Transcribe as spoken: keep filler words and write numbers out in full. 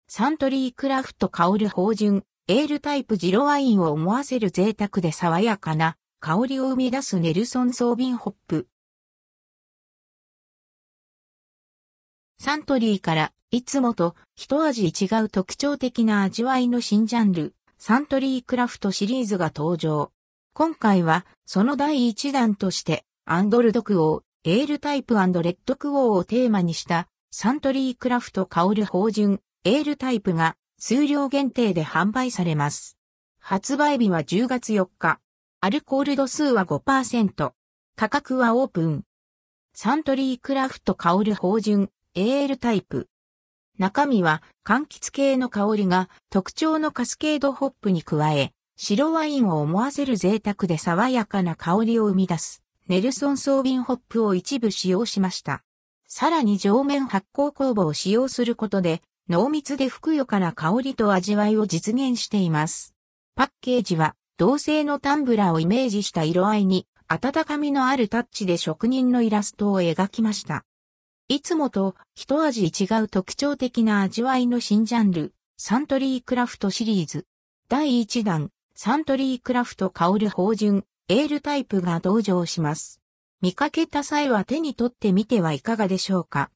サントリークラフト香る芳醇、エールタイプ白ワインを思わせる贅沢で爽やかな香りを生み出すネルソンソービンホップ。サントリーからいつもと一味違う特徴的な味わいの新ジャンル、サントリークラフトシリーズが登場。今回はその第一弾として、アンドルドクオー、エールタイプ&レッドクオーをテーマにしたサントリークラフト香る芳醇、エールタイプが数量限定で販売されます。発売日はじゅうがつよっか。アルコール度数は ごパーセント。価格はオープン。サントリークラフト香る芳醇、エールタイプ。中身は柑橘系の香りが特徴のカスケードホップに加え、白ワインを思わせる贅沢で爽やかな香りを生み出すネルソンソービンホップを一部使用しました。さらに上面発酵酵母を使用することで濃密でふくよかな香りと味わいを実現しています。パッケージは銅製のタンブラーをイメージした色合いに温かみのあるタッチで職人のイラストを描きました。いつもと一味違う特徴的な味わいの新ジャンル、サントリークラフトシリーズ。だいいちだん、サントリークラフト香る芳醇、エールタイプが登場します。見かけた際は手に取ってみてはいかがでしょうか。